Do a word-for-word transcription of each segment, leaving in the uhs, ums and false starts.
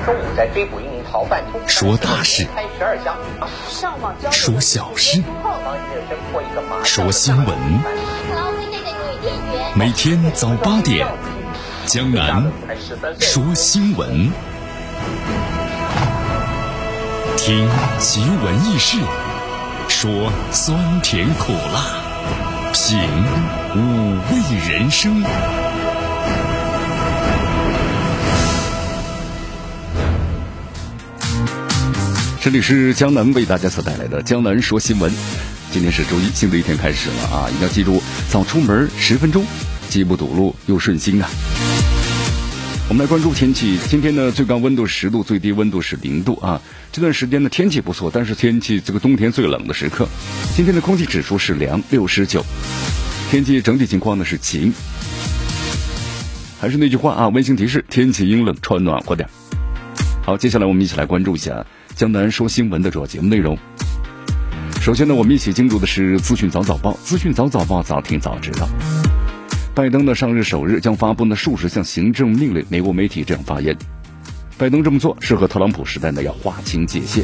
中午在追捕一名逃犯， 说大事， 开十二枪， 说小事，说新闻。每天早八点，江南说新闻，听奇闻异事，说酸甜苦辣，品五味人生。这里是江南为大家所带来的江南说新闻。今天是周一，新的一天开始了啊！一定要记住，早出门十分钟，既不堵路又顺心啊。我们来关注天气，今天呢最高温度十度，最低温度是零度啊。这段时间呢天气不错，但是天气这个冬天最冷的时刻。今天的空气指数是良六十九，天气整体情况呢是晴。还是那句话啊，温馨提示：天气阴冷，穿暖和点。好，接下来我们一起来关注一下江南说新闻的主要节目内容。首先呢，我们一起进入的是资讯早早报，资讯早早报，早听早知道。拜登的上任首日将发布呢数十项行政命令，美国媒体这样发言：拜登这么做是和特朗普时代呢要划清界限。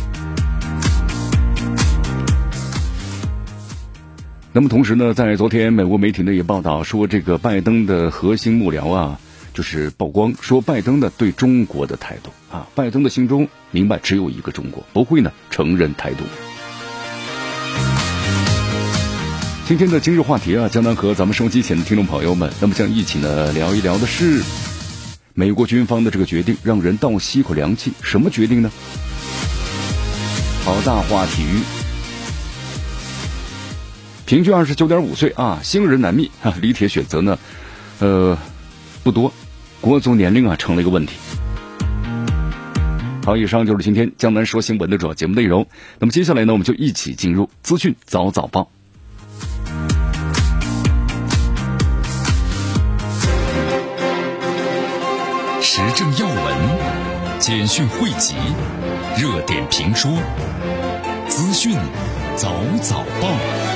那么同时呢，在昨天美国媒体呢也报道说，这个拜登的核心幕僚啊，就是曝光说拜登的对中国的态度啊，拜登的心中明白只有一个中国，不会呢承认台独。今天的今日话题啊，江南和咱们收机前的听众朋友们，那么将一起呢聊一聊的是美国军方的这个决定，让人倒吸口凉气。什么决定呢？好大话题。平均二十九点五岁啊，新人难觅啊，李铁选择呢，呃，不多，国足年龄啊成了一个问题。好，以上就是今天江南说新闻的主要节目内容。那么接下来呢，我们就一起进入资讯早早报。时政要闻、简讯汇集、热点评说、资讯早早报。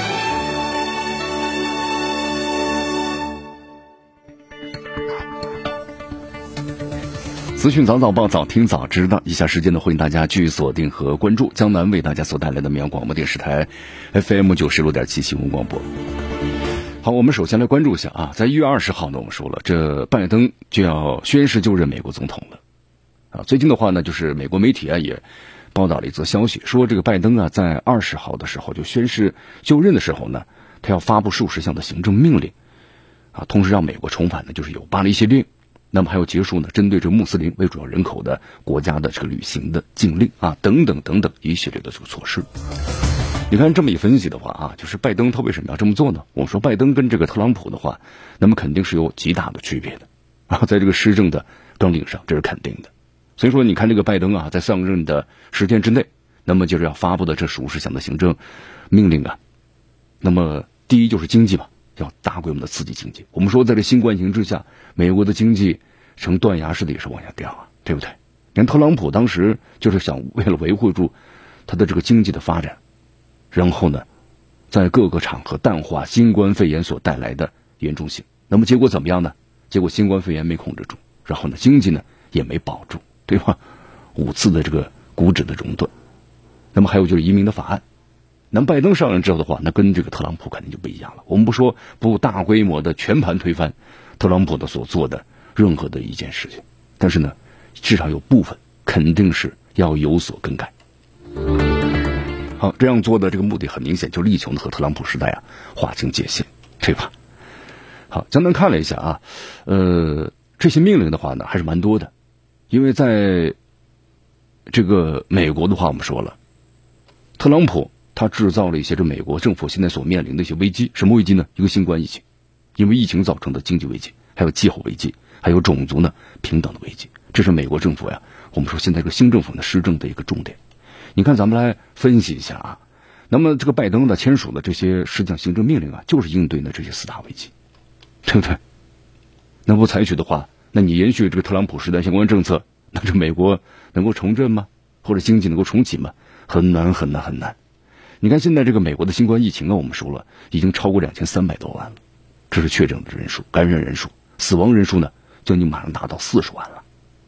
资讯早早报，早听早知道。以下时间呢，欢迎大家继续锁定和关注江南为大家所带来的绵阳广播电视台 F M 九十六点七新闻广播。好，我们首先来关注一下啊，在一月二十号呢，我们说了，这拜登就要宣誓就任美国总统了啊。最近的话呢，就是美国媒体啊也报道了一则消息，说这个拜登啊在二十号的时候就宣誓就任的时候呢，他要发布数十项的行政命令啊，同时让美国重返呢就是有巴黎协定。那么还有结束呢，针对这穆斯林为主要人口的国家的这个旅行的禁令啊，等等等等一系列的这个措施。你看这么一分析的话啊，就是拜登他为什么要这么做呢？我们说拜登跟这个特朗普的话，那么肯定是有极大的区别的啊，在这个施政的纲领上，这是肯定的。所以说，你看这个拜登啊，在上任的时间之内，那么就是要发布的这数十项的行政命令啊，那么第一就是经济嘛。要大规模的刺激经济。我们说在这新冠疫情之下，美国的经济呈断崖式的也是往下掉啊，对不对？你看特朗普当时就是想为了维护住他的这个经济的发展，然后呢在各个场合淡化新冠肺炎所带来的严重性。那么结果怎么样呢？结果新冠肺炎没控制住，然后呢经济呢也没保住，对吧？五次的这个股指的熔断。那么还有就是移民的法案。那么拜登上任之后的话，那跟这个特朗普肯定就不一样了。我们不说不大规模的全盘推翻特朗普的所做的任何的一件事情，但是呢，至少有部分肯定是要有所更改。好，这样做的这个目的很明显，就力求和特朗普时代啊划清界限，对吧？好，江南看了一下啊，呃，这些命令的话呢还是蛮多的，因为在这个美国的话，我们说了，特朗普他制造了一些这美国政府现在所面临的一些危机，什么危机呢？一个新冠疫情，因为疫情造成的经济危机，还有气候危机，还有种族呢平等的危机，这是美国政府呀，我们说现在这个新政府呢施政的一个重点。你看，咱们来分析一下啊。那么这个拜登呢签署的这些十项行政命令啊，就是应对呢这些四大危机，对不对？那不采取的话，那你延续这个特朗普时代相关政策，那这美国能够重振吗？或者经济能够重启吗？很难很难很难。你看现在这个美国的新冠疫情啊，我们说了已经超过两千三百多万了，这是确诊的人数，感染人数，死亡人数呢将近马上达到四十万了，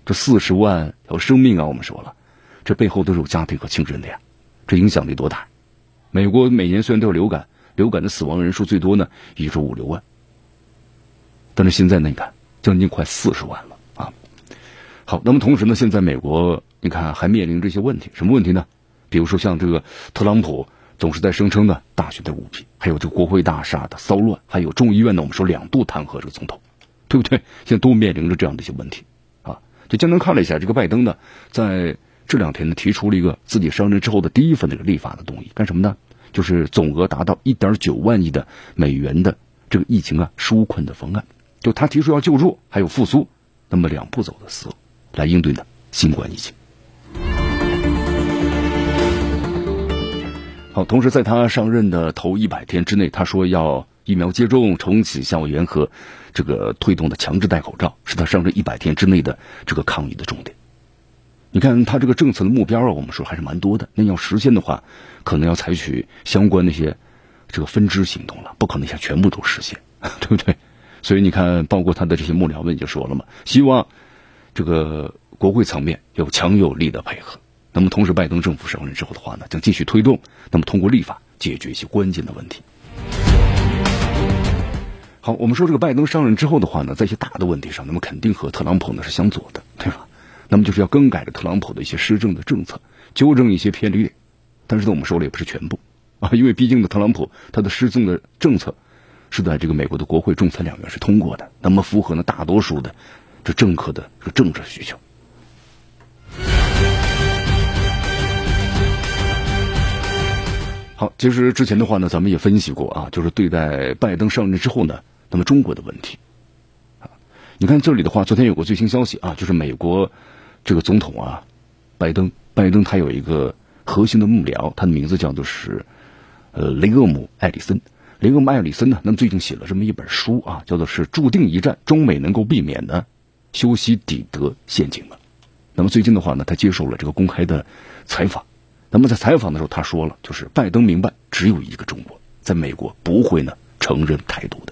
这四十万条生命啊，我们说了，这背后都是有家庭和亲人的呀，这影响力多大？美国每年虽然都有流感，流感的死亡人数最多呢，也就五六万，但是现在呢，你看将近快四十万了啊。好，那么同时呢，现在美国你看还面临这些问题，什么问题呢？比如说像这个特朗普总是在声称呢大选的舞弊，还有这个国会大厦的骚乱，还有众议院呢，我们说两度弹劾这个总统，对不对？现在都面临着这样的一些问题啊。就简单看了一下，这个拜登呢，在这两天呢提出了一个自己上任之后的第一份这个立法的动议，干什么呢？就是总额达到 一点九万亿的美元的这个疫情啊纾困的方案，就他提出要救助还有复苏，那么两步走的思路来应对呢新冠疫情。好，同时在他上任的头一百天之内，他说要疫苗接种、重启校园和这个推动的强制戴口罩，是他上任一百天之内的这个抗疫的重点。你看他这个政策的目标啊，我们说还是蛮多的。那要实现的话，可能要采取相关那些这个分支行动了，不可能一下全部都实现，对不对？所以你看，包括他的这些幕僚们就说了嘛，希望这个国会层面有强有力的配合。那么同时，拜登政府上任之后的话呢，将继续推动，那么通过立法解决一些关键的问题。好，我们说这个拜登上任之后的话呢，在一些大的问题上，那么肯定和特朗普呢是相左的，对吧？那么就是要更改着特朗普的一些施政的政策，纠正一些偏离点。但是呢，我们说了也不是全部啊，因为毕竟呢，特朗普他的施政的政策是在这个美国的国会众参两院是通过的，那么符合呢大多数的这政客的这个政治需求。好，其实之前的话呢，咱们也分析过啊，就是对待拜登上任之后呢，那么中国的问题啊，你看这里的话，昨天有个最新消息啊，就是美国这个总统啊，拜登，拜登他有一个核心的幕僚，他的名字叫做是呃雷厄姆·艾里森。雷厄姆·艾里森呢，那么最近写了这么一本书啊，叫做是注定一战，中美能够避免呢修昔底德陷阱了。那么最近的话呢，他接受了这个公开的采访。那么在采访的时候，他说了，就是拜登明白只有一个中国，在美国不会呢承认台独的。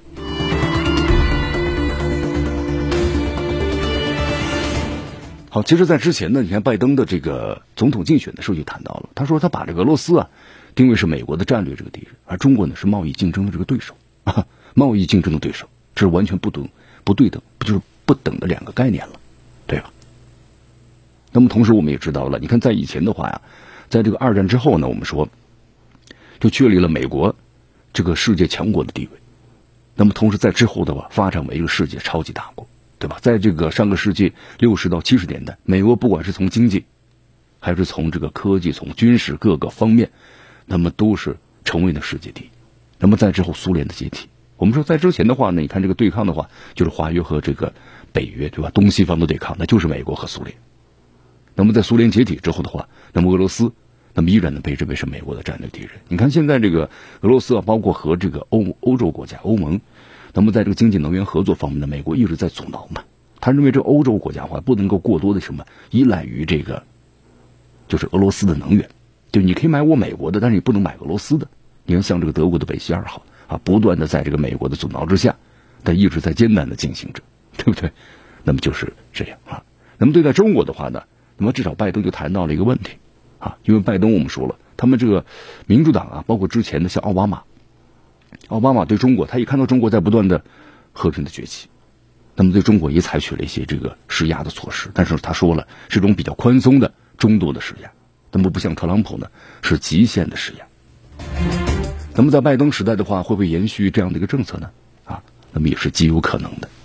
好，其实在之前呢，你看拜登的这个总统竞选的时候就谈到了，他说他把这个俄罗斯啊定位是美国的战略这个敌人，而中国呢是贸易竞争的这个对手啊，贸易竞争的对手，这是完全不等不对等，不就是不等的两个概念了，对吧？那么同时我们也知道了，你看在以前的话呀，在这个二战之后呢，我们说就确立了美国这个世界强国的地位。那么同时在之后的话，发展为一个世界超级大国，对吧？在这个上个世纪六十到七十年代，美国不管是从经济还是从这个科技、从军事各个方面，那么都是成为了世界第一。那么在之后苏联的解体，我们说在之前的话呢，你看这个对抗的话，就是华约和这个北约，对吧？东西方的对抗，那就是美国和苏联。那么在苏联解体之后的话，那么俄罗斯那么依然呢被认为是美国的战略敌人。你看现在这个俄罗斯啊，包括和这个欧欧洲国家欧盟，那么在这个经济能源合作方面呢，美国一直在阻挠嘛。他认为这欧洲国家的话不能够过多的什么依赖于这个就是俄罗斯的能源，就你可以买我美国的，但是你不能买俄罗斯的。你看像这个德国的北溪二号啊，不断的在这个美国的阻挠之下，但一直在艰难的进行着，对不对？那么就是这样啊。那么对待中国的话呢，那么至少拜登就谈到了一个问题啊，因为拜登我们说了，他们这个民主党啊，包括之前的像奥巴马，奥巴马对中国，他一看到中国在不断的和平的崛起，那么对中国也采取了一些这个施压的措施，但是他说了是一种比较宽松的中度的施压，那么不像特朗普呢是极限的施压。那么在拜登时代的话，会不会延续这样的一个政策呢？啊，那么也是极有可能的。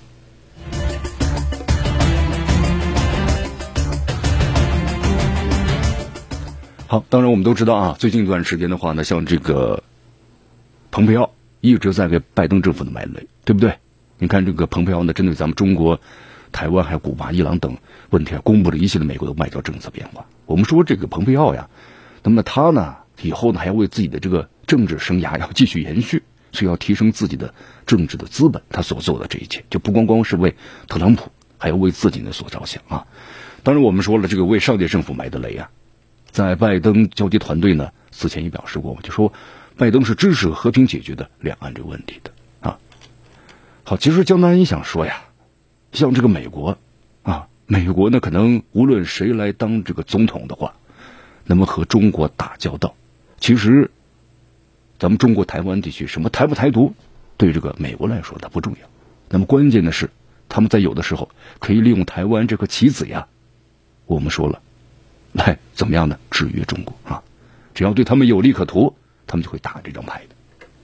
好，当然我们都知道啊，最近一段时间的话呢，像这个蓬佩奥一直在给拜登政府的埋雷，对不对？你看这个蓬佩奥呢，针对咱们中国、台湾还有古巴、伊朗等问题啊，公布了一系列美国的外交政策变化。我们说这个蓬佩奥呀，那么他呢以后呢还要为自己的这个政治生涯要继续延续，所以要提升自己的政治的资本。他所做的这一切，就不光光是为特朗普，还要为自己呢所着想啊。当然我们说了，这个为上届政府埋的雷啊，在拜登交接团队呢此前也表示过，就说拜登是支持和平解决的两岸这个问题的啊。好，其实江南也想说呀，像这个美国啊， 美国呢，可能无论谁来当这个总统的话，那么和中国打交道，其实咱们中国台湾地区什么台不台独，对这个美国来说它不重要。那么关键的是，他们在有的时候可以利用台湾这个棋子呀，我们说了，来怎么样呢？制约中国啊！只要对他们有利可图，他们就会打这张牌的。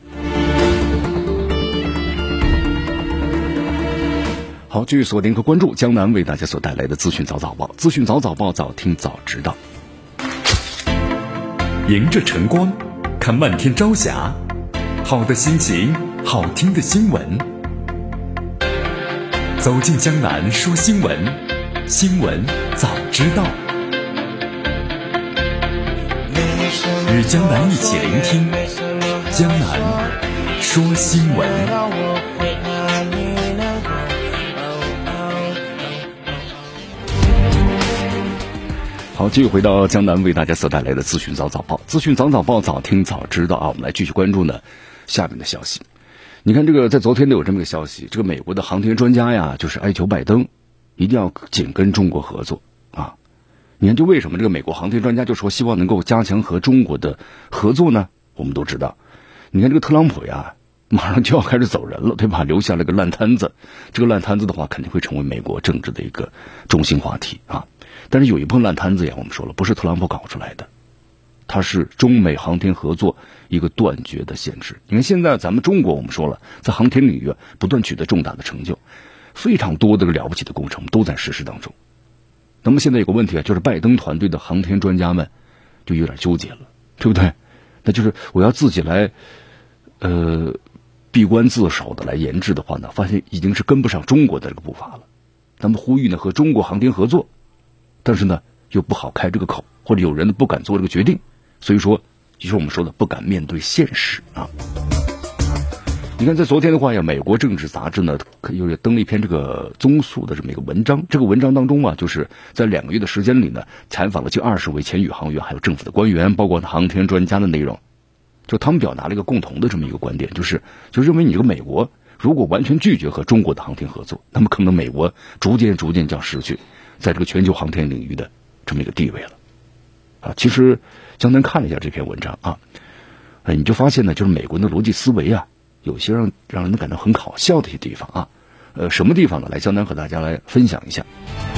好，继续锁定和关注江南为大家所带来的资讯早早报，资讯早早报，早听早知道。 迎着晨光，看漫天朝霞，好的心情，好听的新闻。走进江南说新闻，新闻早知道。与江南一起聆听江南说新闻。 好，继续回到江南为大家所带来的资讯早早报，资讯早早报，早听早知道啊！我们来继续关注呢下面的消息。你看，这个在昨天都有这么个消息，这个美国的航天专家呀，就是哀求拜登一定要紧跟中国合作啊。你看，就为什么这个美国航天专家就说希望能够加强和中国的合作呢？我们都知道，你看这个特朗普呀，马上就要开始走人了，对吧？留下了个烂摊子，这个烂摊子的话，肯定会成为美国政治的一个中心话题啊。但是有一碰烂摊子呀，我们说了，不是特朗普搞出来的，它是中美航天合作一个断绝的限制。你看现在咱们中国，我们说了，在航天领域不断取得重大的成就，非常多的了不起的工程都在实施当中。那么现在有个问题啊，就是拜登团队的航天专家们就有点纠结了，对不对？那就是我要自己来呃闭关自守的来研制的话呢，发现已经是跟不上中国的这个步伐了。那么呼吁呢和中国航天合作，但是呢又不好开这个口，或者有人不敢做这个决定，所以说就是我们说的不敢面对现实啊。你看在昨天的话呀，美国政治杂志呢又登了一篇这个综述的这么一个文章，这个文章当中啊，就是在两个月的时间里呢，采访了近二十位前宇航员还有政府的官员，包括航天专家的内容，就他们表达了一个共同的这么一个观点，就是就认为你这个美国如果完全拒绝和中国的航天合作，那么可能美国逐渐逐渐将失去在这个全球航天领域的这么一个地位了啊。其实江南看了一下这篇文章啊，呃，你就发现呢，就是美国的逻辑思维啊，有些让让人感到很搞笑的一些地方啊。呃，什么地方呢？来，江南和大家来分享一下。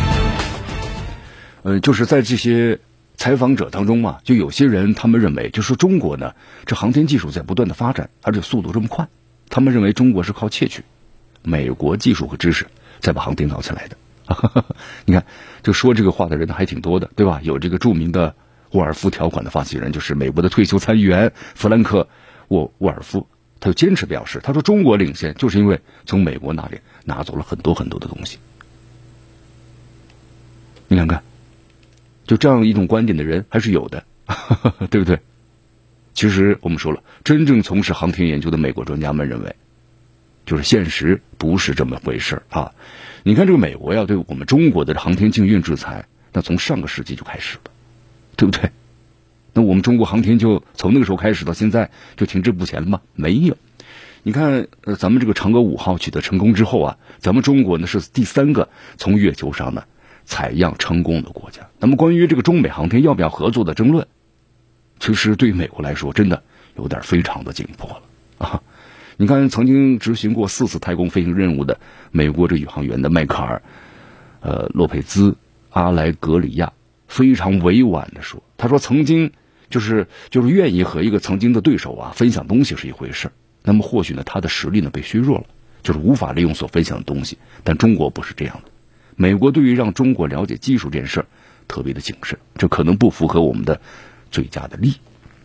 呃，就是在这些采访者当中嘛，就有些人他们认为，就是中国呢，这航天技术在不断的发展，而且速度这么快，他们认为中国是靠窃取美国技术和知识再把航天搞起来的。你看，就说这个话的人还挺多的，对吧？有这个著名的沃尔夫条款的发起人，就是美国的退休参议员弗兰克·沃沃尔夫，他就坚持表示，他说中国领先就是因为从美国那里拿走了很多很多的东西。你看看，就这样一种观点的人还是有的，对不对？其实我们说了，真正从事航天研究的美国专家们认为，就是现实不是这么回事啊。你看这个美国要对我们中国的航天禁运制裁，那从上个世纪就开始了，对不对？那我们中国航天就从那个时候开始到现在就停滞不前了吗？没有。你看呃，咱们这个嫦娥五号取得成功之后啊，咱们中国呢是第三个从月球上呢采样成功的国家。那么关于这个中美航天要不要合作的争论，其实对于美国来说真的有点非常的紧迫了啊。你看曾经执行过四次太空飞行任务的美国这宇航员的迈克尔呃洛佩兹阿莱格里亚非常委婉的说，他说曾经就是就是愿意和一个曾经的对手啊分享东西是一回事，那么或许呢他的实力呢被削弱了，就是无法利用所分享的东西。但中国不是这样的，美国对于让中国了解技术这件事特别的谨慎，这可能不符合我们的最佳的利益。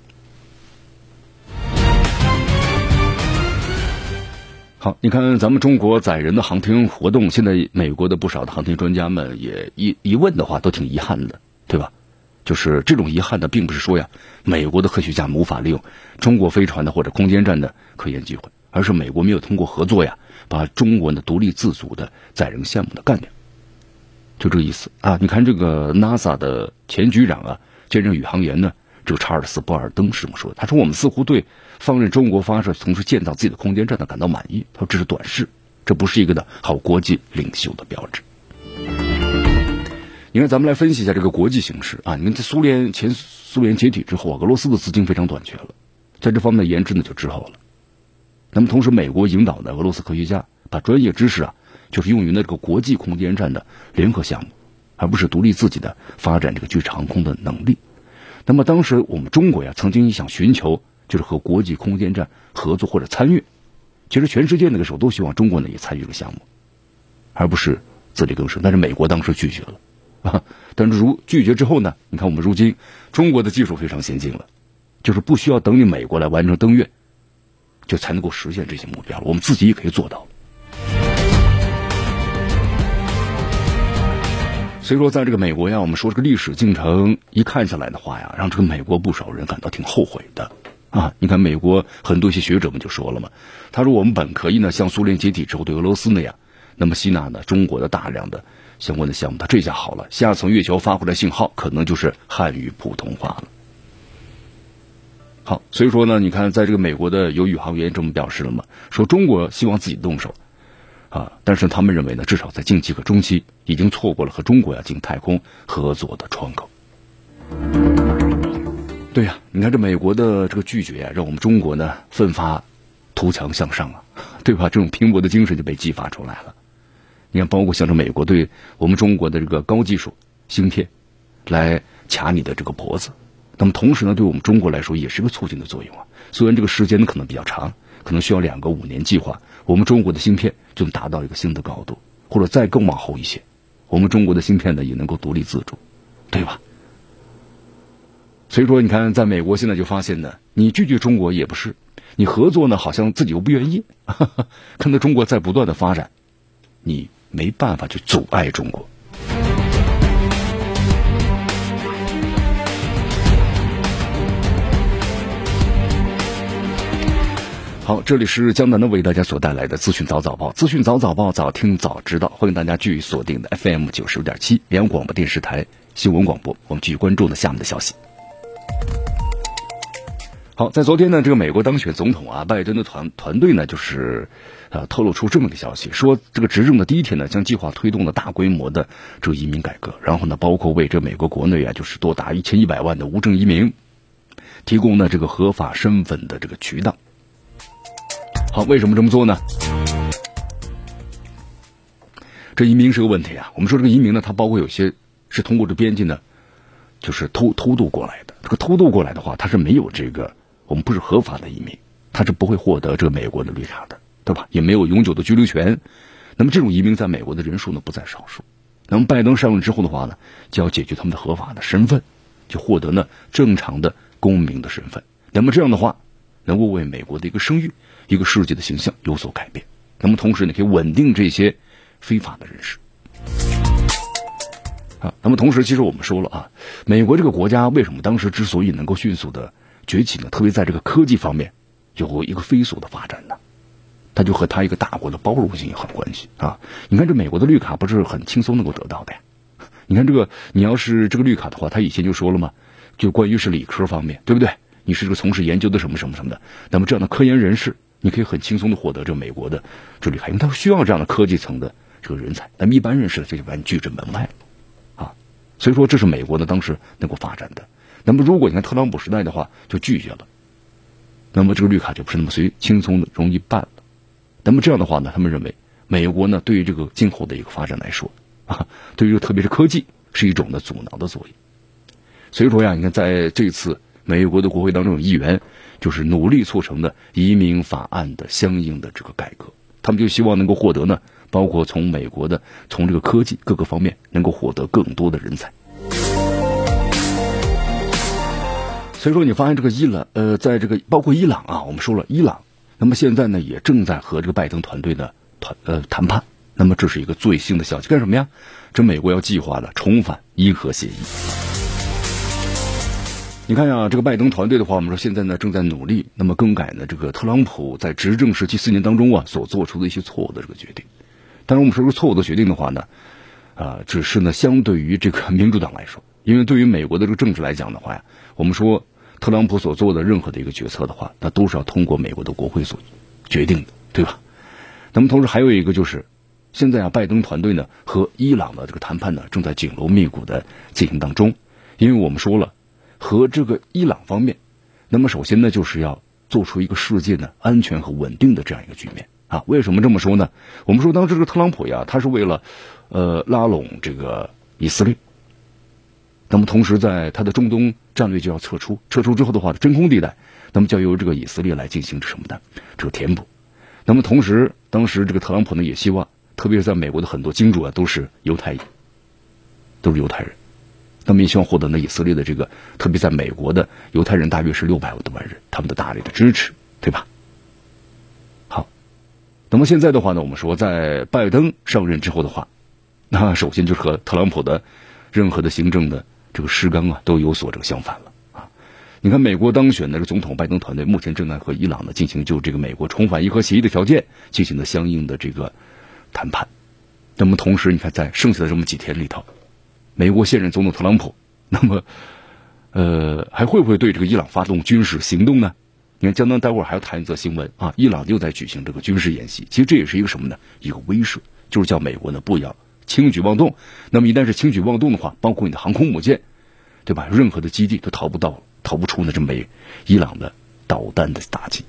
好，你看咱们中国载人的航天活动，现在美国的不少的航天专家们也一一问的话都挺遗憾的，对吧？就是这种遗憾呢，并不是说呀美国的科学家们无法利用中国飞船的或者空间站的科研机会，而是美国没有通过合作呀把中国的独立自主的载人项目的干掉，就这个意思啊。你看这个 NASA 的前局长啊，兼任宇航员呢，这个查尔斯·波尔登是这么说的，他说我们似乎对放任中国发射同时建造自己的空间站呢感到满意，他说这是短视，这不是一个的好国际领袖的标志。 你看，咱们来分析一下这个国际形势啊。你看，在苏联前苏联解体之后啊，俄罗斯的资金非常短缺了，在这方面的研制呢就滞后了。那么同时，美国引导的俄罗斯科学家把专业知识啊，就是用于呢这个国际空间站的联合项目，而不是独立自己的发展这个巨齿航空的能力。那么当时我们中国呀，曾经想寻求就是和国际空间站合作或者参与。其实全世界那个时候都希望中国呢也参与这个项目，而不是自力更生。但是美国当时拒绝了。啊，但是如拒绝之后呢，你看我们如今中国的技术非常先进了，就是不需要等你美国来完成登月，就才能够实现这些目标了，我们自己也可以做到。所以说在这个美国呀，我们说这个历史进程一看下来的话呀，让这个美国不少人感到挺后悔的啊。你看美国很多一些学者们就说了嘛，他说我们本可以呢像苏联解体之后对俄罗斯那样，那么吸纳呢中国的大量的相关的项目，他这下好了，下层月球发回来信号可能就是汉语普通话了。好，所以说呢，你看在这个美国的有宇航员这么表示了嘛，说中国希望自己动手啊，但是他们认为呢，至少在近期和中期已经错过了和中国呀进太空合作的窗口。对呀、啊，你看这美国的这个拒绝呀、啊，让我们中国呢奋发图强向上啊，对吧？这种拼搏的精神就被激发出来了。你看，包括像是美国对我们中国的这个高技术芯片来卡你的这个脖子，那么同时呢，对我们中国来说也是个促进的作用啊。虽然这个时间呢可能比较长，可能需要两个五年计划，我们中国的芯片就能达到一个新的高度，或者再更往后一些，我们中国的芯片呢也能够独立自主，对吧？所以说，你看，在美国现在就发现呢，你拒绝中国也不是，你合作呢好像自己又不愿意，哈哈，看到中国在不断的发展，你没办法去阻碍中国。好，这里是江南的为大家所带来的资讯早早报，资讯早早报，早听早知道，欢迎大家继续锁定的 F M 九十六点七绵阳广播电视台新闻广播。我们继续关注呢下面的消息。好，在昨天呢，这个美国当选总统啊，拜登的团团队呢，就是呃透露出这么个消息，说这个执政的第一天呢，将计划推动了大规模的这个移民改革，然后呢，包括为这美国国内啊，就是多达一千一百万的无证移民提供呢这个合法身份的这个渠道。好，为什么这么做呢？这移民是个问题啊。我们说这个移民呢，它包括有些是通过这边境呢，就是偷偷渡过来的。这个偷渡过来的话，它是没有这个，我们不是合法的移民，它是不会获得这个美国的绿卡的，对吧？也没有永久的居留权。那么这种移民在美国的人数呢不在少数。那么拜登上任之后的话呢，就要解决他们的合法的身份，就获得呢正常的公民的身份。那么这样的话，能够为美国的一个声誉、一个世界的形象有所改变。那么同时呢，可以稳定这些非法的人士。啊，那么同时，其实我们说了啊，美国这个国家为什么当时之所以能够迅速的崛起呢？特别在这个科技方面有一个飞速的发展呢，它就和它一个大国的包容性有很关系啊。你看这美国的绿卡不是很轻松能够得到的呀？你看这个，你要是这个绿卡的话，他以前就说了嘛，就关于是理科方面，对不对？你是这个从事研究的什么什么什么的，那么这样的科研人士，你可以很轻松的获得这美国的这绿卡，因为他需要这样的科技层的这个人才。那么一般人士呢，这就完拒之门外啊。所以说，这是美国的当时能够发展的。那么如果你看特朗普时代的话，就拒绝了，那么这个绿卡就不是那么随轻松的容易办了。那么这样的话呢，他们认为美国呢对于这个今后的一个发展来说啊，对于特别是科技是一种的阻挠的作用。所以说呀，你看在这次美国的国会当中有议员就是努力促成的移民法案的相应的这个改革，他们就希望能够获得呢，包括从美国的从这个科技各个方面能够获得更多的人才。所以说你发现这个伊朗呃，在这个包括伊朗啊，我们说了伊朗，那么现在呢也正在和这个拜登团队的团呃谈判。那么这是一个最新的消息，干什么呀？这美国要计划了重返伊核协议。你看呀，这个拜登团队的话，我们说现在呢正在努力，那么更改呢这个特朗普在执政时期四年当中啊所做出的一些错误的这个决定。但是我们说这个错误的决定的话呢，啊、呃，只是呢相对于这个民主党来说，因为对于美国的这个政治来讲的话呀，我们说特朗普所做的任何的一个决策的话，那都是要通过美国的国会所决定的，对吧？那么同时还有一个就是， 现在啊，拜登团队呢和伊朗的这个谈判呢正在紧锣密鼓的进行当中。因为我们说了，和这个伊朗方面，那么首先呢就是要做出一个世界呢安全和稳定的这样一个局面啊。为什么这么说呢？我们说当时这个特朗普呀，他是为了呃拉拢这个以色列，那么同时在他的中东战略就要撤出，撤出之后的话，真空地带那么就由这个以色列来进行什么呢？这个填补。那么同时，当时这个特朗普呢也希望，特别是在美国的很多金主啊都是犹太裔，都是犹太人，那么也希望获得呢以色列的这个，特别在美国的犹太人大约是六百多万人，他们的大力的支持，对吧？好，那么现在的话呢，我们说在拜登上任之后的话，那首先就是和特朗普的任何的行政的这个施纲啊都有所这个相反了啊。你看美国当选的这个总统拜登团队目前正在和伊朗呢进行就这个美国重返伊核协议的条件进行的相应的这个谈判。那么同时你看在剩下的这么几天里头，美国现任总统特朗普那么呃还会不会对这个伊朗发动军事行动呢？你看江南待会儿还要谈一则新闻啊，伊朗又在举行这个军事演习，其实这也是一个什么呢？一个威慑，就是叫美国呢不要轻举妄动。那么一旦是轻举妄动的话，包括你的航空母舰，对吧？任何的基地都逃不到逃不出呢这美伊朗的导弹的打击。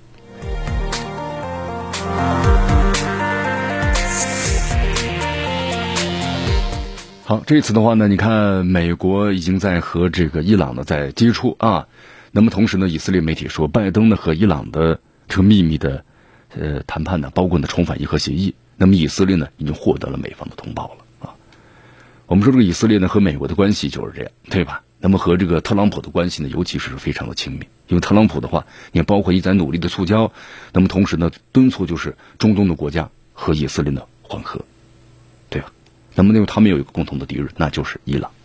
好，这次的话呢，你看美国已经在和这个伊朗呢在接触啊。那么同时呢，以色列媒体说，拜登呢和伊朗的这个秘密的呃谈判呢，包括呢重返伊核协议。那么以色列呢已经获得了美方的通报了啊。我们说这个以色列呢和美国的关系就是这样，对吧？那么和这个特朗普的关系呢，尤其是非常的亲密。因为特朗普的话，也包括一再努力的促交，那么同时呢敦促就是中东的国家和以色列呢缓和，对吧？那么因为他们有一个共同的敌人，那就是伊朗。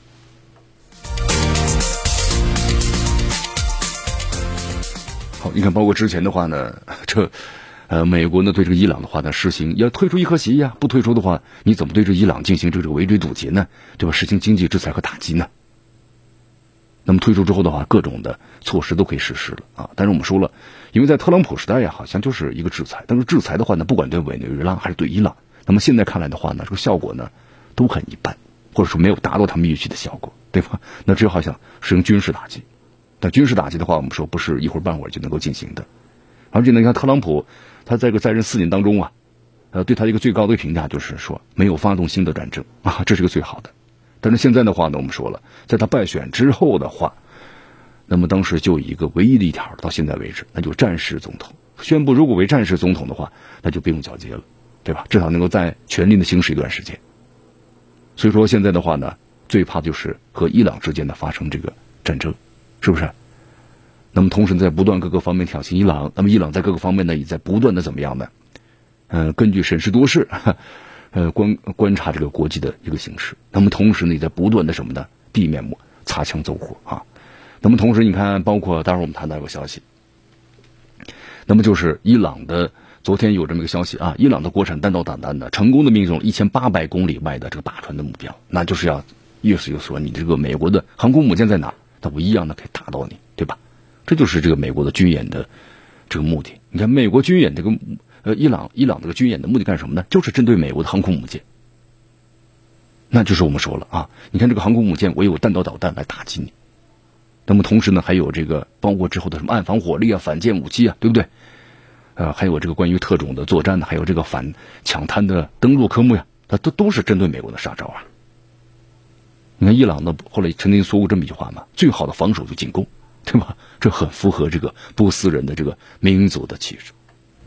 好，你看包括之前的话呢，这呃美国呢对这个伊朗的话呢实行要退出伊核协议啊，不退出的话你怎么对这伊朗进行这个围追堵截呢？对吧？实行经济制裁和打击呢？那么退出之后的话，各种的措施都可以实施了啊。但是我们说了，因为在特朗普时代呀，好像就是一个制裁，但是制裁的话呢，不管对委内瑞拉还是对伊朗，那么现在看来的话呢，这个效果呢都很一般，或者说没有达到他们预期的效果，对吧？那只有好像实行军事打击。但军事打击的话，我们说不是一会儿半会儿就能够进行的。而且呢，你看特朗普他在这个在任四年当中啊，呃，对他一个最高的评价就是说没有发动新的战争啊，这是个最好的。但是现在的话呢，我们说了，在他败选之后的话，那么当时就一个唯一的一条，到现在为止，那就是战时总统宣布，如果为战时总统的话，那就不用交接了，对吧？至少能够在权力的行使一段时间。所以说现在的话呢，最怕就是和伊朗之间的发生这个战争，是不是？那么同时在不断各个方面挑衅伊朗，那么伊朗在各个方面呢也在不断的怎么样呢？呃，根据审时度势，呃观观察这个国际的一个形势。那么同时呢也在不断的什么呢？地面擦枪走火啊。那么同时你看，包括待会儿我们谈到一个消息，那么就是伊朗的昨天有这么一个消息啊，伊朗的国产弹道导弹呢成功的命中了一千八百公里外的这个靶船的目标，那就是要意思就是说你这个美国的航空母舰在哪，它不一样的可以打到你，对吧？这就是这个美国的军演的这个目的。你看美国军演这个呃伊朗伊朗这个军演的目的干什么呢？就是针对美国的航空母舰。那就是我们说了啊，你看这个航空母舰我有弹道导弹来打击你，那么同时呢还有这个包括之后的什么岸防火力啊、反舰武器啊，对不对？呃还有这个关于特种的作战的，还有这个反抢滩的登陆科目呀，它都都是针对美国的杀招啊。你看伊朗呢后来曾经说过这么一句话嘛，最好的防守就进攻，对吧？这很符合这个波斯人的这个民族的气质。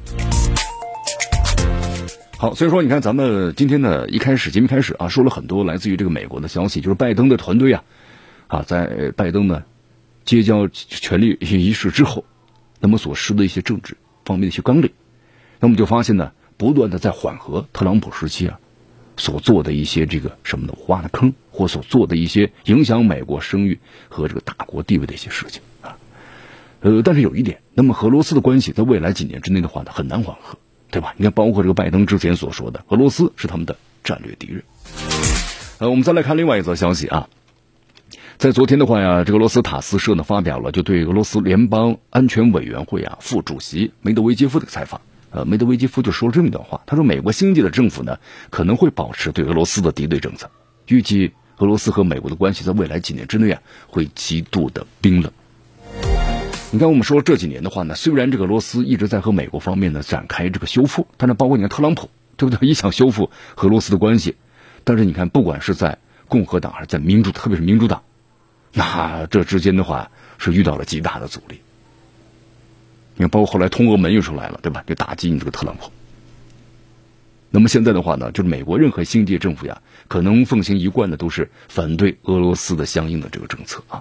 好，所以说你看咱们今天呢一开始节目开始啊，说了很多来自于这个美国的消息，就是拜登的团队啊啊在拜登呢接交权力仪式之后，那么所施的一些政治方面的一些纲领，那么就发现呢不断的在缓和特朗普时期啊所做的一些这个什么呢挖的坑，或所做的一些影响美国声誉和这个大国地位的一些事情啊。呃，但是有一点，那么和俄罗斯的关系在未来几年之内的话呢很难缓和，对吧？你看包括这个拜登之前所说的俄罗斯是他们的战略敌人。呃，我们再来看另外一则消息啊，在昨天的话呀，这个俄罗斯塔斯社呢发表了就对俄罗斯联邦安全委员会啊副主席梅德韦杰夫的采访呃，梅德韦杰夫就说了这么一段话，他说美国新届的政府呢可能会保持对俄罗斯的敌对政策，预计俄罗斯和美国的关系在未来几年之内啊会极度的冰冷。你看我们说这几年的话呢，虽然这个俄罗斯一直在和美国方面呢展开这个修复，但是包括你看特朗普，对不对，也想修复和俄罗斯的关系，但是你看不管是在共和党还是在民主，特别是民主党，那这之间的话是遇到了极大的阻力。你看包括后来通俄门又出来了，对吧，就打击你这个特朗普。那么现在的话呢，就是美国任何新届政府呀可能奉行一贯的都是反对俄罗斯的相应的这个政策啊。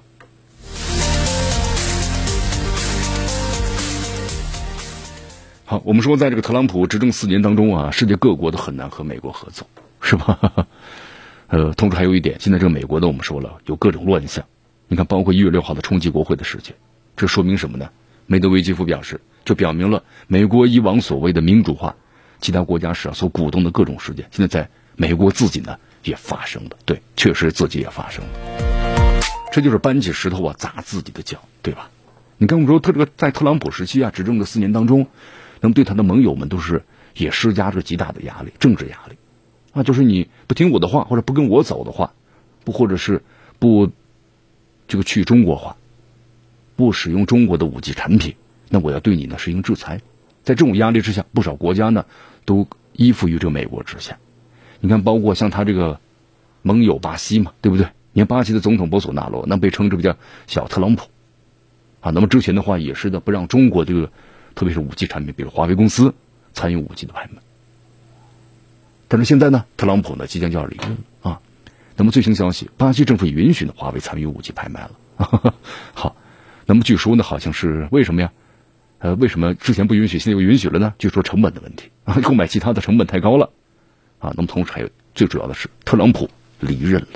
好，我们说在这个特朗普执政四年当中啊，世界各国都很难和美国合作，是吧？呃，同时还有一点，现在这个美国的我们说了有各种乱象，你看包括一月六号的冲击国会的事件，这说明什么呢？梅德韦杰夫表示，这表明了美国以往所谓的民主化，其他国家是所鼓动的各种事件，现在在美国自己呢也发生了，对，确实自己也发生了，这就是搬起石头啊砸自己的脚，对吧？你看我们说特这个在特朗普时期啊执政的四年当中，那么对他的盟友们都是也施加着极大的压力，政治压力啊，就是你不听我的话或者不跟我走的话，不或者是不这个去中国化，不使用中国的武器产品，那我要对你呢实行制裁。在这种压力之下，不少国家呢都依附于这个美国之下。你看包括像他这个盟友巴西嘛，对不对？你看巴西的总统博索纳罗那被称这个叫小特朗普啊，那么之前的话也是的，不让中国这个特别是武器产品比如华为公司参与武器的拍卖。但是现在呢，特朗普呢即将就要离任了啊。那么最新消息，巴西政府允许呢华为参与武器拍卖了。好，那么据说呢好像是为什么呀？呃，为什么之前不允许，现在又允许了呢？据说成本的问题啊，购买其他的成本太高了啊。那么同时还有最主要的是，特朗普离任了。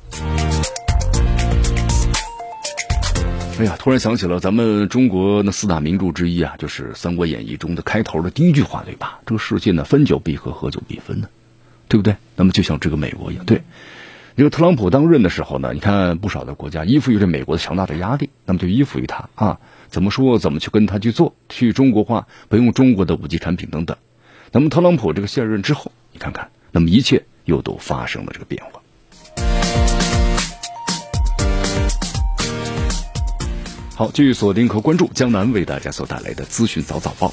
哎呀，突然想起了咱们中国那四大名著之一啊，就是《三国演义》中的开头的第一句话，对吧？这个世界呢，分久必合，合久必分呢，对不对？那么就像这个美国一样，对。这个特朗普当任的时候呢，你看不少的国家依附于这美国的强大的压力，那么就依附于他啊，怎么说怎么去跟他去做，去中国化，不用中国的武器产品等等。那么特朗普这个卸任之后，你看看，那么一切又都发生了这个变化。好，继续锁定和关注江南为大家所带来的资讯早早报，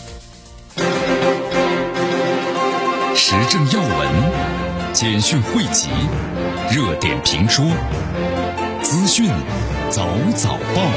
时政要闻、简讯汇集、热点评说、资讯早早报。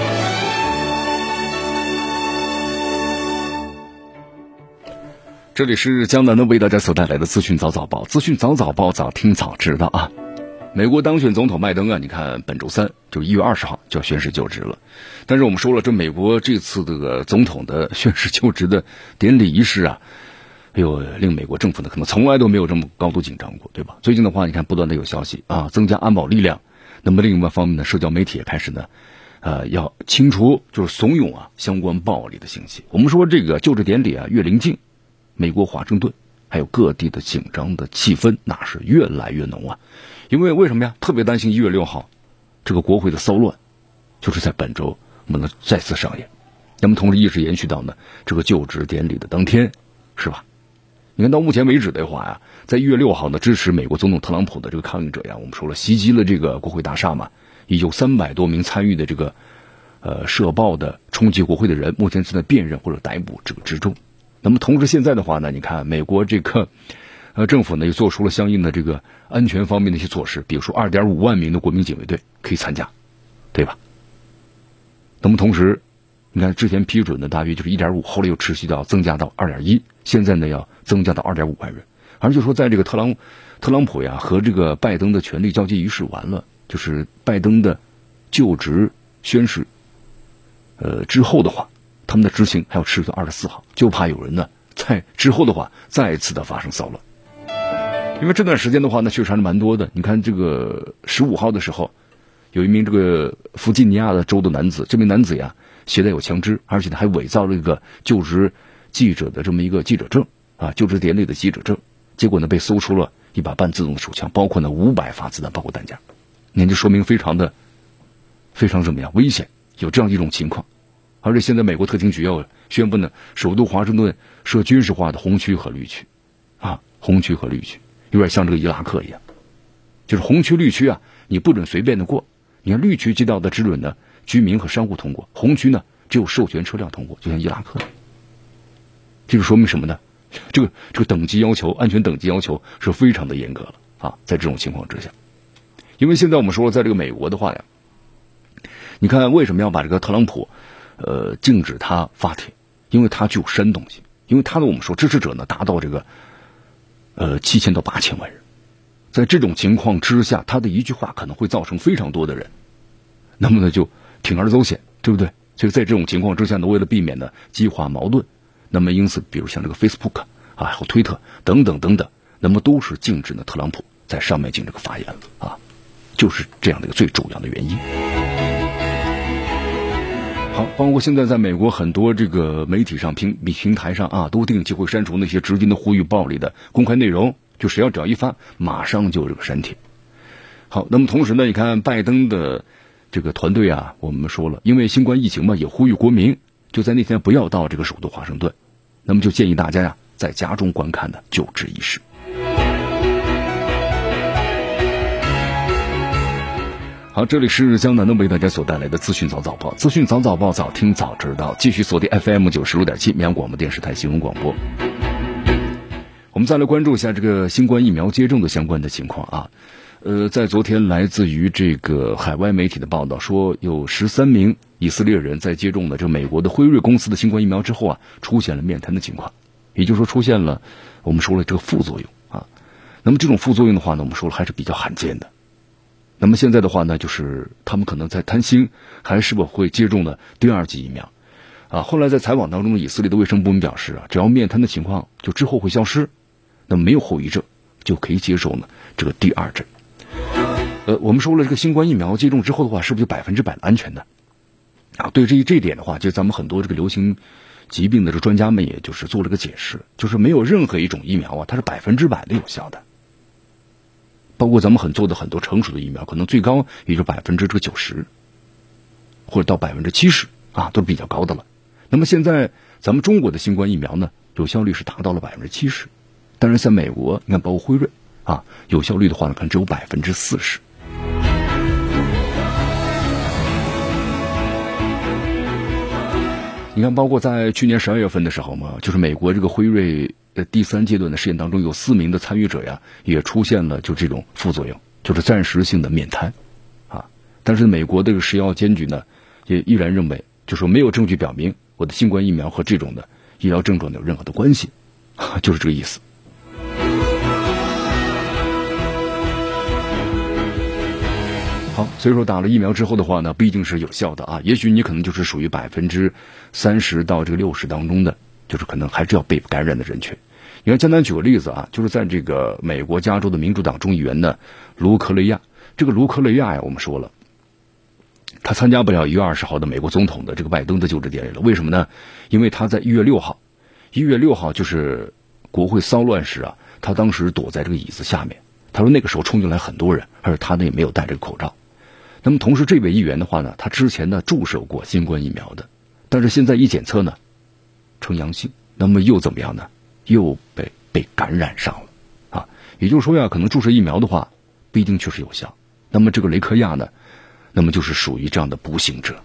这里是江南的为大家所带来的资讯早早报，资讯早早报，早听早知道啊。美国当选总统拜登啊，你看本周三就一月二十号就要宣誓就职了。但是我们说了，这美国这次这个总统的宣誓就职的典礼仪式啊，哎呦，令美国政府呢可能从来都没有这么高度紧张过，对吧？最近的话，你看不断的有消息啊，增加安保力量。那么另外方面呢，社交媒体也开始呢，呃，要清除就是怂恿啊相关暴力的信息。我们说这个就职典礼啊越临近，美国华盛顿还有各地的紧张的气氛那是越来越浓啊。因为为什么呀？特别担心一月六号这个国会的骚乱，就是在本周我们能再次上演。那么同时一直延续到呢这个就职典礼的当天，是吧？你看到目前为止的话呀，在一月六号呢，支持美国总统特朗普的这个抗议者呀，我们说了袭击了这个国会大厦嘛，已有三百多名参与的这个呃社暴的冲击国会的人，目前正在辨认或者逮捕这个之中。那么同时现在的话呢，你看美国这个呃政府呢也做出了相应的这个安全方面的一些措施，比如说 二点五万名的国民警卫队可以参加，对吧？那么同时你看之前批准的大约就是 一点五， 后来又持续到增加到 二点一， 现在呢要增加到 二点五万人。而就说在这个特朗特朗普呀和这个拜登的权力交接仪式完了，就是拜登的就职宣誓呃之后的话，他们的执行还要持续到二十四号，就怕有人呢在之后的话再次的发生骚乱。因为这段时间的话呢确实还是蛮多的，你看这个十五号的时候，有一名这个弗吉尼亚的州的男子，这名男子呀携带有枪支，而且还伪造了一个就职记者的这么一个记者证啊，就职典礼的记者证，结果呢被搜出了一把半自动的手枪，包括呢五百发子弹，包括弹夹，那就说明非常的非常怎么样危险，有这样一种情况。 而且现在美国特勤局要宣布呢，首都华盛顿设军事化的红区和绿区，啊，红区和绿区有点像这个伊拉克一样，就是红区绿区啊，你不准随便的过，你看绿区街道的只准呢居民和商户通过，红区呢只有授权车辆通过，就像伊拉克。这就说明什么呢？这个这个等级要求，安全等级要求是非常的严格了啊！在这种情况之下，因为现在我们说了，在这个美国的话呀，你看为什么要把这个特朗普呃禁止他发帖？因为他具有煽动性，因为他的我们说支持者呢达到这个呃七千到八千万人，在这种情况之下，他的一句话可能会造成非常多的人，那么呢就铤而走险，对不对？所以在这种情况之下呢，为了避免呢激化矛盾，那么因此比如像这个 Facebook 啊，还有推特等等等等，那么都是禁止呢特朗普在上面进这个发言了啊，就是这样的一个最主要的原因。好，包括现在在美国很多这个媒体上平平台上啊，都定期会删除那些直接的呼吁暴力的公开内容，就谁要只要一发，马上就这个删帖。好，那么同时呢，你看拜登的这个团队啊，我们说了，因为新冠疫情嘛，也呼吁国民就在那天不要到这个首都华盛顿，那么就建议大家呀在家中观看的就职仪式。好，这里是江南的为大家所带来的资讯早早报，资讯早早报，早听早知道，继续锁定 F M 九十六点七绵阳广播电视台新闻广播。我们再来关注一下这个新冠疫苗接种的相关的情况啊。呃，在昨天来自于这个海外媒体的报道说，有十三名以色列人在接种了这美国的辉瑞公司的新冠疫苗之后啊，出现了面瘫的情况，也就是说出现了我们说了这个副作用啊。那么这种副作用的话呢，我们说了还是比较罕见的。那么现在的话呢，就是他们可能在担心还是否会接种了第二剂疫苗啊。后来在采访当中，以色列的卫生部门表示啊，只要面瘫的情况就之后会消失，那么没有后遗症，就可以接受呢这个第二针。呃，我们说了，这个新冠疫苗接种之后的话，是不是就百分之百的安全呢？啊，对这这一点的话，就咱们很多这个流行疾病的这个专家们，也就是做了个解释，就是没有任何一种疫苗啊，它是百分之百的有效的。包括咱们很做的很多成熟的疫苗，可能最高也就百分之这个九十，或者到百分之七十啊，都是比较高的了。那么现在咱们中国的新冠疫苗呢，有效率是达到了百分之七十，但是在美国，你看包括辉瑞啊，有效率的话呢，可能只有百分之四十。你看，包括在去年十二月份的时候嘛，就是美国这个辉瑞呃第三阶段的试验当中，有四名的参与者呀，也出现了就这种副作用，就是暂时性的面瘫啊。但是美国这个食药监局呢，也依然认为，就说没有证据表明我的新冠疫苗和这种的医疗症状有任何的关系，就是这个意思。好，所以说打了疫苗之后的话呢，不一定是有效的啊，也许你可能就是属于百分之三十到这个六十当中的，就是可能还是要被感染的人群。你看，简单举个例子啊，就是在这个美国加州的民主党众议员呢，卢克雷亚，这个卢克雷亚呀，我们说了，他参加不了一月二十号的美国总统的这个拜登的就职典礼了，为什么呢？因为他在一月六号，一月六号就是国会骚乱时啊，他当时躲在这个椅子下面，他说那个时候冲进来很多人，而且他呢也没有戴这个口罩。那么同时这位议员的话呢，他之前呢注射过新冠疫苗的，但是现在一检测呢呈阳性，那么又怎么样呢？又被被感染上了啊！也就是说呀，可能注射疫苗的话不一定确实有效。那么这个雷克亚呢，那么就是属于这样的不幸者。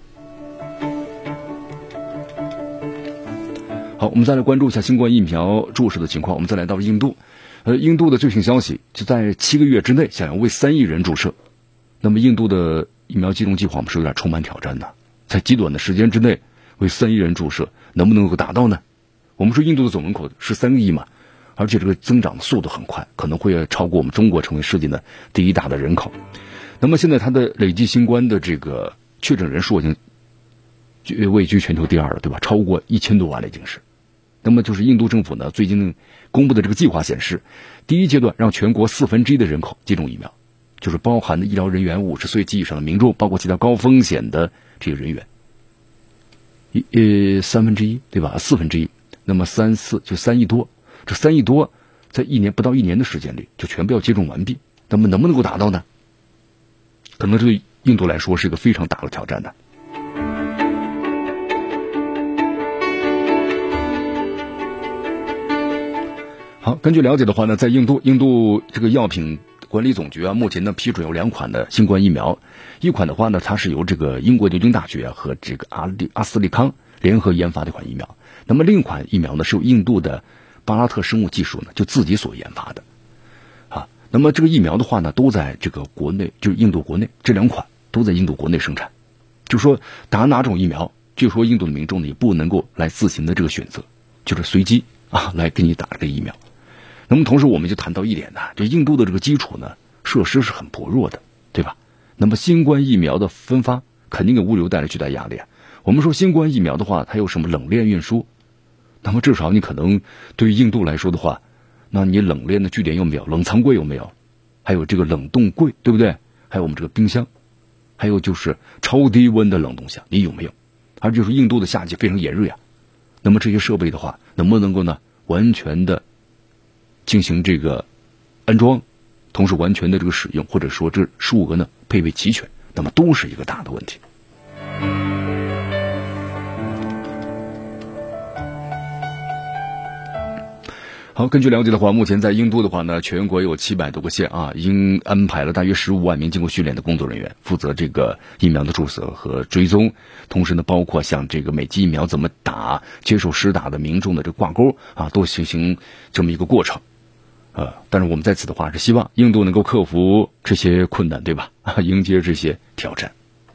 好，我们再来关注一下新冠疫苗注射的情况。我们再来到印度，呃，印度的最新消息，就在七个月之内想要为三亿人注射。那么印度的疫苗接种计划我们是有点充满挑战的，在极短的时间之内为三亿人注射，能不能够达到呢？我们说印度的总人口是三个亿嘛，而且这个增长的速度很快，可能会超过我们中国，成为世界的第一大的人口。那么现在它的累计新冠的这个确诊人数已经位居全球第二了，对吧？超过一千多万了已经是。那么就是印度政府呢最近公布的这个计划显示，第一阶段让全国四分之一的人口接种疫苗，就是包含的医疗人员、五十岁及以上的民众，包括其他高风险的这个人员，一呃三分之一，对吧？四分之一，那么三四就三亿多，这三亿多在一年不到一年的时间里就全部要接种完毕，那么能不能够达到呢？可能对印度来说是一个非常大的挑战的。 好，根据了解的话呢，在印度，印度这个药品管理总局啊，目前呢批准有两款的新冠疫苗，一款的话呢，它是由这个英国牛津大学和这个阿利阿斯利康联合研发的一款疫苗，那么另一款疫苗呢是由印度的巴拉特生物技术呢就自己所研发的，啊，那么这个疫苗的话呢，都在这个国内，就是印度国内，这两款都在印度国内生产，就说打哪种疫苗，据说印度的民众呢也不能够来自行的这个选择，就是随机啊来给你打这个疫苗。那么同时我们就谈到一点呢，这印度的这个基础呢设施是很薄弱的，对吧？那么新冠疫苗的分发肯定给物流带来巨大压力啊。我们说新冠疫苗的话，它有什么冷链运输，那么至少你可能对于印度来说的话，那你冷链的据点有没有？冷藏柜有没有？还有这个冷冻柜，对不对？还有我们这个冰箱，还有就是超低温的冷冻箱，你有没有？而就是印度的夏季非常炎热呀，那么这些设备的话，能不能够呢完全的进行这个安装，同时完全的这个使用，或者说这十五个呢配备齐全，那么都是一个大的问题。好，根据了解的话，目前在印度的话呢，全国有七百多个县啊，已经安排了大约十五万名经过训练的工作人员，负责这个疫苗的注射和追踪，同时呢，包括像这个每剂疫苗怎么打，接受施打的民众的这个挂钩啊，都进行这么一个过程。呃，但是我们在此的话是希望印度能够克服这些困难，对吧？啊，迎接这些挑战。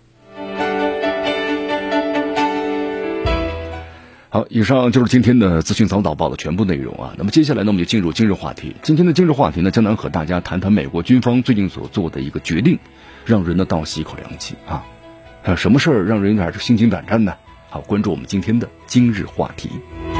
好，以上就是今天的资讯早早报的全部内容啊。那么接下来呢，我们就进入今日话题。今天的今日话题呢，将能和大家谈谈美国军方最近所做的一个决定，让人呢倒吸一口凉气啊。还有什么事儿让人有点心惊胆战呢？好，关注我们今天的今日话题。